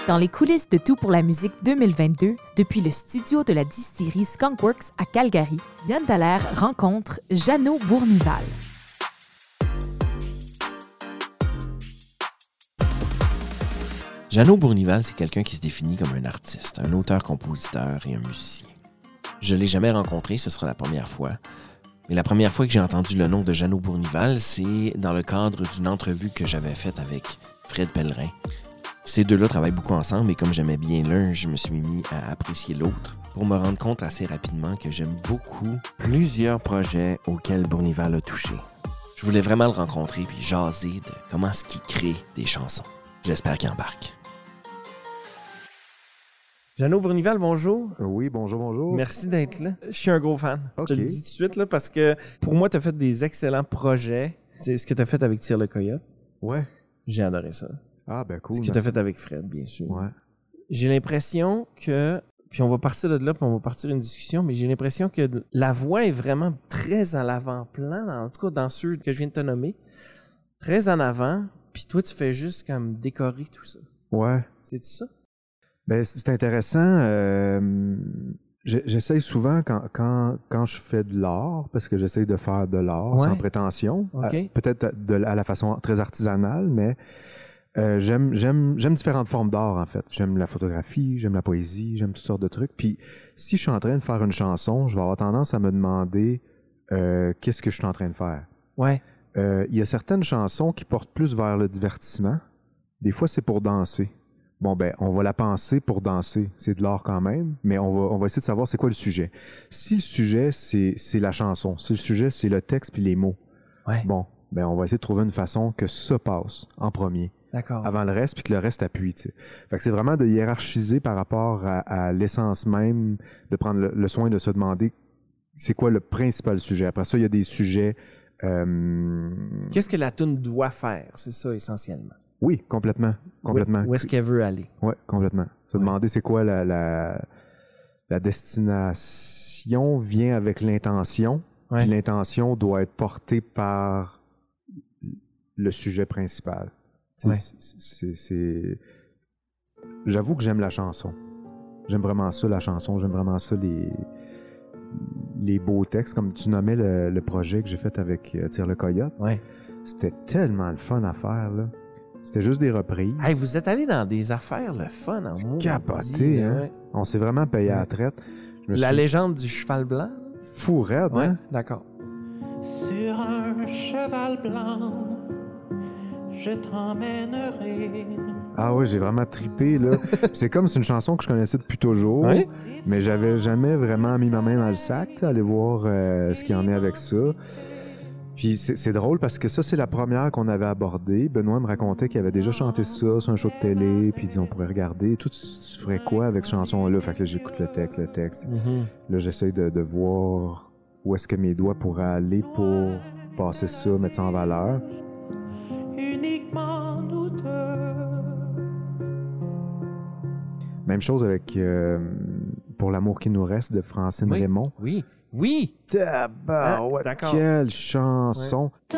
Dans les coulisses de Tout pour la musique 2022, depuis le studio de la distillerie Skunkworks à Calgary, Yann Dallaire rencontre Jeannot Bournival. Jeannot Bournival, c'est quelqu'un qui se définit comme un artiste, un auteur-compositeur et un musicien. Je ne l'ai jamais rencontré, ce sera la première fois. Mais la première fois que j'ai entendu le nom de Jeannot Bournival, c'est dans le cadre d'une entrevue que j'avais faite avec Fred Pellerin. Ces deux-là travaillent beaucoup ensemble et comme j'aimais bien l'un, je me suis mis à apprécier l'autre pour me rendre compte assez rapidement que j'aime beaucoup plusieurs projets auxquels Bournival a touché. Je voulais vraiment le rencontrer puis jaser de comment est-ce qu'il crée des chansons. J'espère qu'il embarque. Jeannot Bournival, bonjour. Oui, bonjour. Merci d'être là. Je suis un gros fan. Okay. Je le dis tout de suite là, parce que pour moi, tu as fait des excellents projets. C'est ce que tu as fait avec Tire le Coyote. Ouais. J'ai adoré ça. Ah, ben cool. Ce que tu as fait avec Fred, bien sûr. Ouais. J'ai l'impression que, puis on va partir de là, puis on va partir une discussion, mais j'ai l'impression que la voix est vraiment très à l'avant-plan, en tout cas dans ceux que je viens de te nommer, très en avant, puis toi, tu fais juste comme décorer tout ça. Ouais. C'est-tu ça? Ben, c'est intéressant. J'essaye souvent quand je fais de l'art, parce que j'essaye de faire de l'art sans prétention, peut-être à la façon très artisanale, mais j'aime différentes formes d'art, en fait. J'aime la photographie, j'aime la poésie, j'aime toutes sortes de trucs. Puis si je suis en train de faire une chanson, je vais avoir tendance à me demander qu'est-ce que je suis en train de faire. Ouais. Il y a certaines chansons qui portent plus vers le divertissement. Des fois, c'est pour danser. Bon, ben, on va la penser pour danser. C'est de l'art quand même, mais on va essayer de savoir c'est quoi le sujet. Si le sujet, c'est la chanson, si le sujet, c'est le texte puis les mots, bon, ben, on va essayer de trouver une façon que ça passe en premier. D'accord. Avant le reste, puis que le reste appuie, tu sais. Fait que c'est vraiment de hiérarchiser par rapport à l'essence même, de prendre le soin de se demander c'est quoi le principal sujet. Après ça, il y a des sujets... Qu'est-ce que la toune doit faire? C'est ça, essentiellement. Oui, complètement. Où est-ce qu'elle veut aller? Oui, complètement. Se demander c'est quoi la destination vient avec l'intention. Puis l'intention doit être portée par le sujet principal. J'avoue que j'aime la chanson. J'aime vraiment ça, la chanson. J'aime vraiment ça, les beaux textes. Comme tu nommais le projet que j'ai fait avec Tire le Coyote. Ouais. C'était tellement le fun à faire, là. C'était juste des reprises. Hey, vous êtes allé dans des affaires, le fun en mots. Capoté, hein? Ouais. On s'est vraiment payé à la traite. Légende du cheval blanc? Fou raide, hein? D'accord. Sur un cheval blanc, je t'emmènerai. Ah oui, j'ai vraiment trippé, là. C'est comme c'est une chanson que je connaissais depuis toujours, mais j'avais jamais vraiment mis ma main dans le sac, aller voir ce qu'il y en est avec ça. Puis c'est drôle parce que ça, c'est la première qu'on avait abordée. Benoît me racontait qu'il avait déjà chanté ça sur un show de télé, puis il dit on pourrait regarder. Toi, tu ferais quoi avec cette chanson-là? Fait que là, j'écoute le texte. Là, j'essaie de voir où est-ce que mes doigts pourraient aller pour passer ça, mettre ça en valeur. Uniquement nous deux. Même chose avec Pour l'amour qui nous reste de Francine Raymond. Oui! Tabarouette, quelle chanson! Ouais.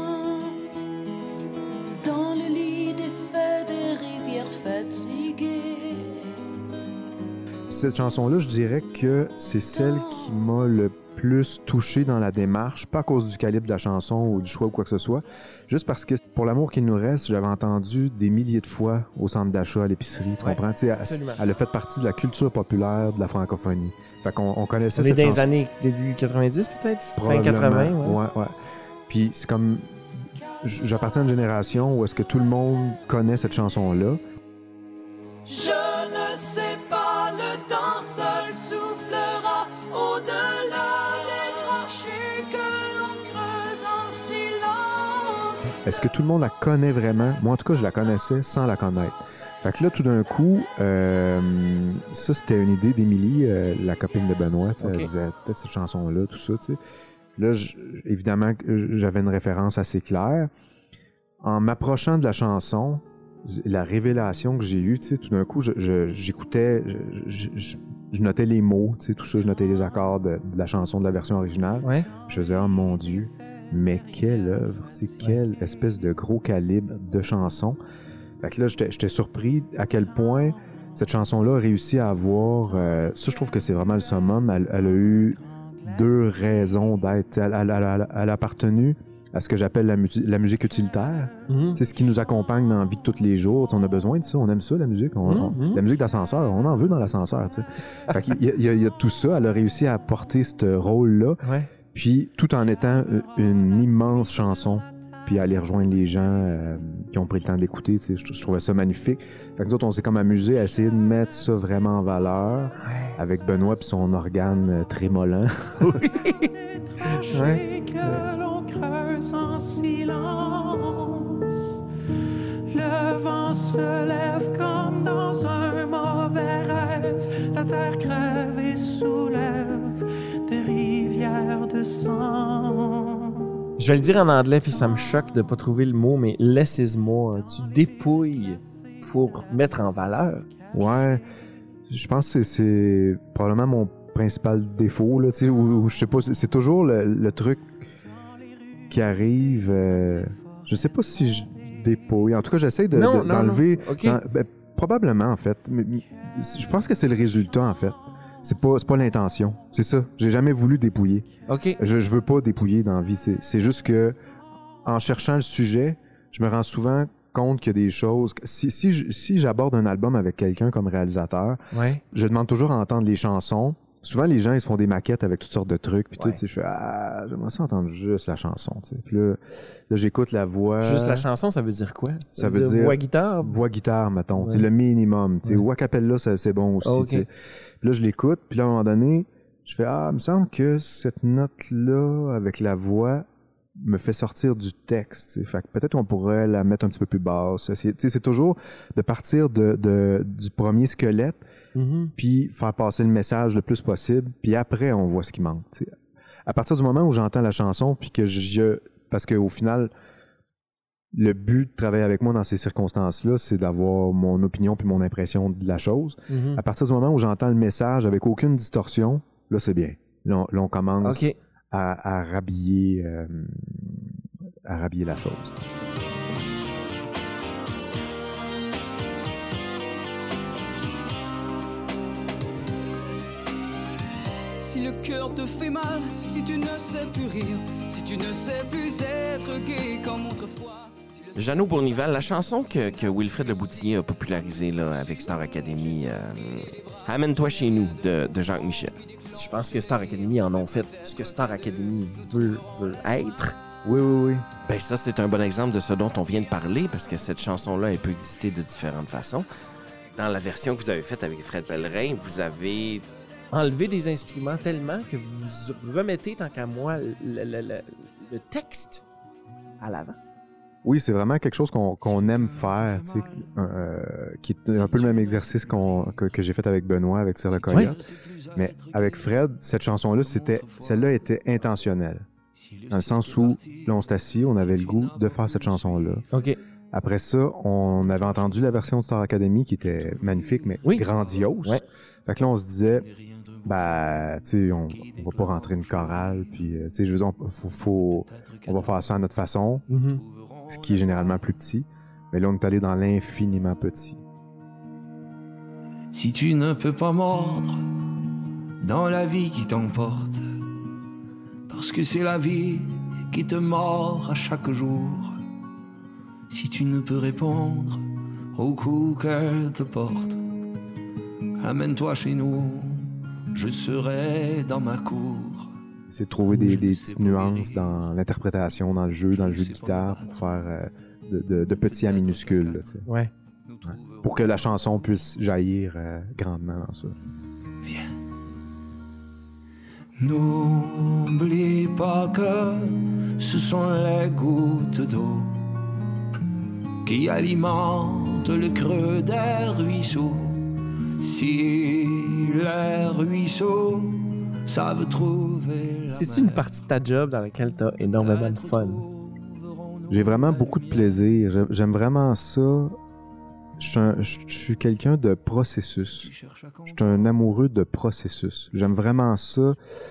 Dans le lit des feux de rivières fatiguées. Cette chanson-là, je dirais que c'est celle qui m'a le plus touché dans la démarche, pas à cause du calibre de la chanson ou du choix ou quoi que ce soit, juste parce que Pour l'amour qu'il nous reste, j'avais entendu des milliers de fois au centre d'achat, à l'épicerie, tu comprends? Elle a fait partie de la culture populaire de la francophonie. Fait qu'on connaissait cette chanson. On est dans les années début 90 peut-être? Fin 80, ouais. Puis c'est comme... J'appartiens à une génération où est-ce que tout le monde connaît cette chanson-là. Je ne sais pas, le temps seul soufflera au-delà des tranchées que l'on creuse en silence. Est-ce que tout le monde la connaît vraiment? Moi, en tout cas, je la connaissais sans la connaître. Fait que là, tout d'un coup, ça, c'était une idée d'Émilie, la copine de Benoît. Elle disait peut-être cette chanson-là, tout ça, tu sais. Là, évidemment, j'avais une référence assez claire. En m'approchant de la chanson, la révélation que j'ai eue, tu sais, tout d'un coup, j'écoutais, je notais les mots, tu sais, tout ça, je notais les accords de la chanson de la version originale. Je faisais, oh mon Dieu, mais quelle œuvre, tu sais, quelle espèce de gros calibre de chanson. Fait que là, j'étais surpris à quel point cette chanson-là a réussi à avoir... ça, je trouve que c'est vraiment le summum. Elle a eu 2 raisons d'être. Elle a appartenu à ce que j'appelle la musique utilitaire. C'est ce qui nous accompagne dans la vie de tous les jours. T'sais, on a besoin de ça, on aime ça, la musique. La musique d'ascenseur, on en veut dans l'ascenseur. Fait qu'il y a tout ça. Elle a réussi à porter ce rôle-là. Ouais. Puis tout en étant une immense chanson. Puis aller rejoindre les gens qui ont pris le temps d'écouter. Je trouvais ça magnifique. Fait que nous autres, on s'est comme amusé à essayer de mettre ça vraiment en valeur avec Benoît puis son organe trémolant. Oui. Ouais. Que l'on creuse en silence. Le vent se lève comme dans un mauvais rêve. La terre crève et soulève des rivières de sang. Je vais le dire en anglais, puis ça me choque de pas trouver le mot, mais less is more. Tu dépouilles pour mettre en valeur. Ouais, je pense que c'est probablement mon principal défaut, là, ou je sais pas, c'est toujours le truc qui arrive. Je sais pas si je dépouille. En tout cas, j'essaie d'enlever. Okay. Probablement, en fait. Mais je pense que c'est le résultat, en fait. C'est pas l'intention. C'est ça. J'ai jamais voulu dépouiller. OK. Je veux pas dépouiller dans la vie. C'est juste que, en cherchant le sujet, je me rends souvent compte qu'il y a des choses... Si j'aborde un album avec quelqu'un comme réalisateur, je demande toujours à entendre les chansons. Souvent, les gens, ils se font des maquettes avec toutes sortes de trucs. Puis tout, je fais, j'aimerais ça entendre juste la chanson. T'sais. Puis là, j'écoute la voix. Juste la chanson, ça veut dire quoi? Ça veut dire voix-guitare? Voix-guitare, mettons. Ouais. Le minimum. Ou a cappella, c'est bon aussi. Okay. Puis là, je l'écoute. Puis là, à un moment donné, je fais, il me semble que cette note-là, avec la voix, me fait sortir du texte. T'sais. Fait que peut-être qu'on pourrait la mettre un petit peu plus basse. C'est toujours de partir du premier squelette, puis faire passer le message le plus possible, puis après, on voit ce qui manque. T'sais. À partir du moment où j'entends la chanson, puis que parce qu'au final, le but de travailler avec moi dans ces circonstances-là, c'est d'avoir mon opinion puis mon impression de la chose. À partir du moment où j'entends le message avec aucune distorsion, là, c'est bien. Là, on commence... Okay. À rhabiller la chose. Si le cœur te fait mal, si tu ne sais plus rire, si tu ne sais plus être gai comme autrefois... Jeannot Bournival, la chanson que Wilfred Leboutillier a popularisée là, avec Star Academy, Amène-toi chez nous, de Jacques Michel. Je pense que Star Academy en ont fait ce que Star Academy veut être. Oui. Ben ça, c'est un bon exemple de ce dont on vient de parler, parce que cette chanson-là, elle peut exister de différentes façons. Dans la version que vous avez faite avec Fred Pellerin, vous avez enlevé des instruments tellement que vous remettez, tant qu'à moi, le texte à l'avant. Oui, c'est vraiment quelque chose qu'on aime faire, tu sais, qui est un peu le même exercice que j'ai fait avec Benoît, avec Tire le Coyote. Oui. Mais avec Fred, cette chanson-là, celle-là était intentionnelle. Dans le sens où, là, on s'est assis, on avait le goût de faire cette chanson-là. OK. Après ça, on avait entendu la version de Star Academy qui était magnifique, mais grandiose. Ouais. Fait que là, on se disait, tu sais, on va pas rentrer une chorale, puis, tu sais, je veux dire, on va faire ça à notre façon. Ce qui est généralement plus petit. Mais là, on est allé dans l'infiniment petit. Si tu ne peux pas mordre dans la vie qui t'emporte, parce que c'est la vie qui te mord à chaque jour, si tu ne peux répondre au coup qu'elle te porte, amène-toi chez nous, je serai dans ma cour. C'est de trouver des petites nuances dans l'interprétation, dans le jeu de guitare, pour faire de petits à minuscules. Là, ouais. Pour que la chanson puisse jaillir grandement dans ça. Viens. N'oublie pas que ce sont les gouttes d'eau qui alimentent le creux des ruisseaux. Si les ruisseaux savent trouver... C'est une partie de ta job dans laquelle tu as énormément de fun? J'ai vraiment beaucoup de plaisir. J'aime vraiment ça. Je suis quelqu'un de processus. Je suis un amoureux de processus. J'aime vraiment ça,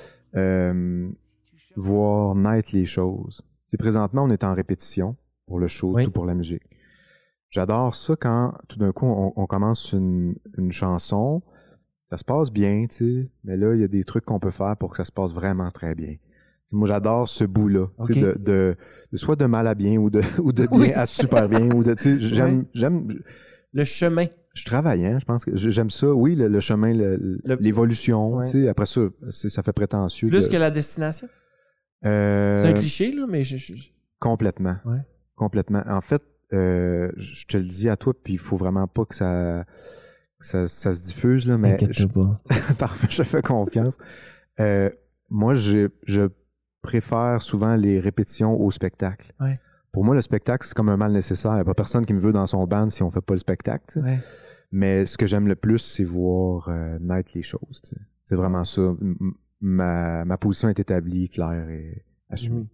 voir naître les choses. T'sais, présentement, on est en répétition pour le show, tout pour la musique. J'adore ça quand, tout d'un coup, on commence une chanson, ça se passe bien, tu sais, mais là, il y a des trucs qu'on peut faire pour que ça se passe vraiment très bien. T'sais, moi, j'adore ce bout-là, tu sais, de soit de mal à bien ou de bien à super bien, ou de, tu sais, j'aime... Le chemin. Je travaille, hein, je pense que j'aime ça, oui, le chemin, l'évolution, tu sais, après ça, ça fait prétentieux. Plus que la destination? C'est un cliché, là, mais... Complètement. Ouais. Complètement. En fait, je te le dis à toi, puis il faut vraiment pas que ça se diffuse, là, mais... T'inquiète pas. Parfait, je fais confiance. Moi, je préfère souvent les répétitions au spectacle. Ouais. Pour moi, le spectacle, c'est comme un mal nécessaire. Il n'y a pas personne qui me veut dans son band si on fait pas le spectacle. Ouais. Mais ce que j'aime le plus, c'est voir naître les choses. T'sais. C'est vraiment ça. Ma position est établie, claire et assumée.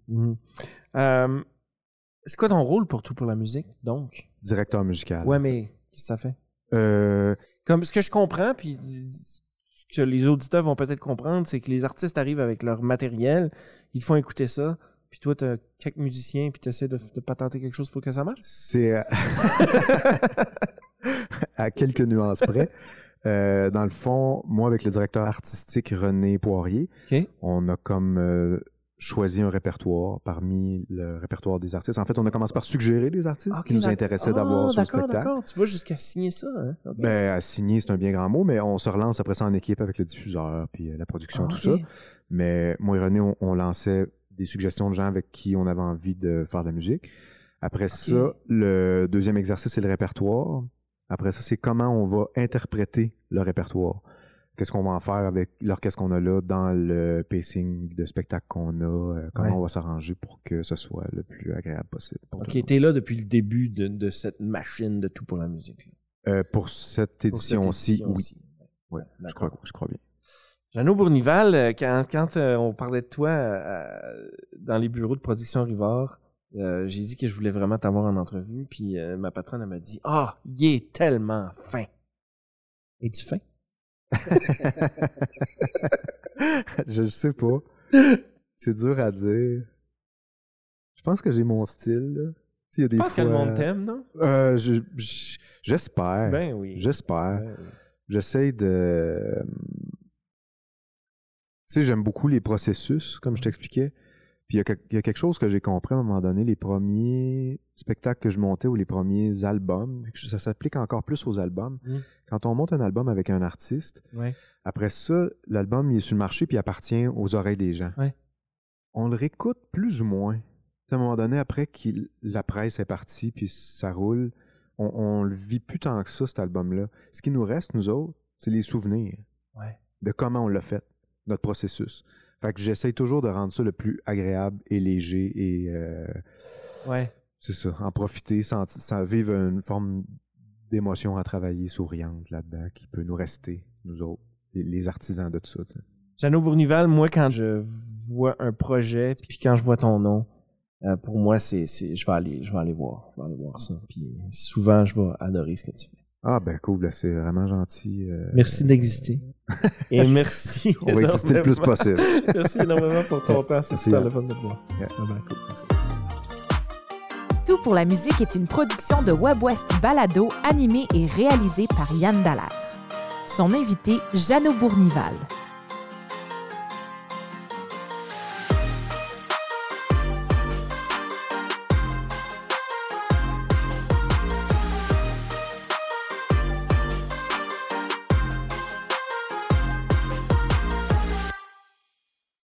C'est quoi ton rôle pour Tout pour la musique, donc? Directeur musical. Ouais, mais qu'est-ce que ça fait? Comme ce que je comprends, puis ce que les auditeurs vont peut-être comprendre, c'est que les artistes arrivent avec leur matériel, ils te font écouter ça, puis toi, tu as quelques musiciens, puis tu essaies de patenter quelque chose pour que ça marche? C'est à quelques nuances près. Dans le fond, moi, avec le directeur artistique René Poirier, on a comme choisi un répertoire parmi le répertoire des artistes. En fait, on a commencé par suggérer des artistes qui nous intéressaient d'avoir sur le spectacle. D'accord. Tu vas jusqu'à signer ça, hein? Okay. Ben, à signer, c'est un bien grand mot, mais on se relance après ça en équipe avec le diffuseur, puis la production, tout ça. Mais moi et René, on lançait des suggestions de gens avec qui on avait envie de faire de la musique. Après ça, le deuxième exercice, c'est le répertoire. Après ça, c'est comment on va interpréter le répertoire. Qu'est-ce qu'on va en faire avec l'orchestre qu'on a là dans le pacing de spectacle qu'on a, comment on va s'arranger pour que ce soit le plus agréable possible. OK, t'es là depuis le début de cette machine de Tout pour la musique. Pour cette édition-ci, oui. Ouais, je crois bien. Jeannot Bournival, quand on parlait de toi dans les bureaux de production Rivard, j'ai dit que je voulais vraiment t'avoir en entrevue, puis ma patronne elle m'a dit « Ah, il est tellement fin! » Es-tu fin? Je sais pas. C'est dur à dire. Je pense que j'ai mon style. Là. Y a des je pense que le monde t'aime, non? J'espère. Ben oui. J'espère. Ben oui. J'essaie de... Tu sais, j'aime beaucoup les processus, comme je t'expliquais. Puis il y a quelque chose que j'ai compris à un moment donné, les premiers spectacles que je montais ou les premiers albums, ça s'applique encore plus aux albums. Quand on monte un album avec un artiste, après ça, l'album il est sur le marché puis il appartient aux oreilles des gens. On le réécoute plus ou moins. T'sais, à un moment donné, après que la presse est partie puis ça roule, on le vit plus tant que ça, cet album-là. Ce qui nous reste, nous autres, c'est les souvenirs de comment on l'a fait, notre processus. Fait que j'essaye toujours de rendre ça le plus agréable et léger et c'est ça, en profiter, sans vivre une forme d'émotion à travailler souriante là-dedans qui peut nous rester, nous autres, les artisans de tout ça. T'sais. Jeannot Bournival, moi quand je vois un projet puis quand je vois ton nom, pour moi c'est je vais aller voir ça. Puis souvent je vais adorer ce que tu fais. Ah ben cool, c'est vraiment gentil. Merci d'exister. Et merci. On va exister le plus possible. Merci énormément pour ton temps. C'est super le fun de te voir. Cool. Merci. Tout pour la musique est une production de WebWest Balado, animée et réalisée par Yann Dallaire. Son invité, Jeannot Bournival.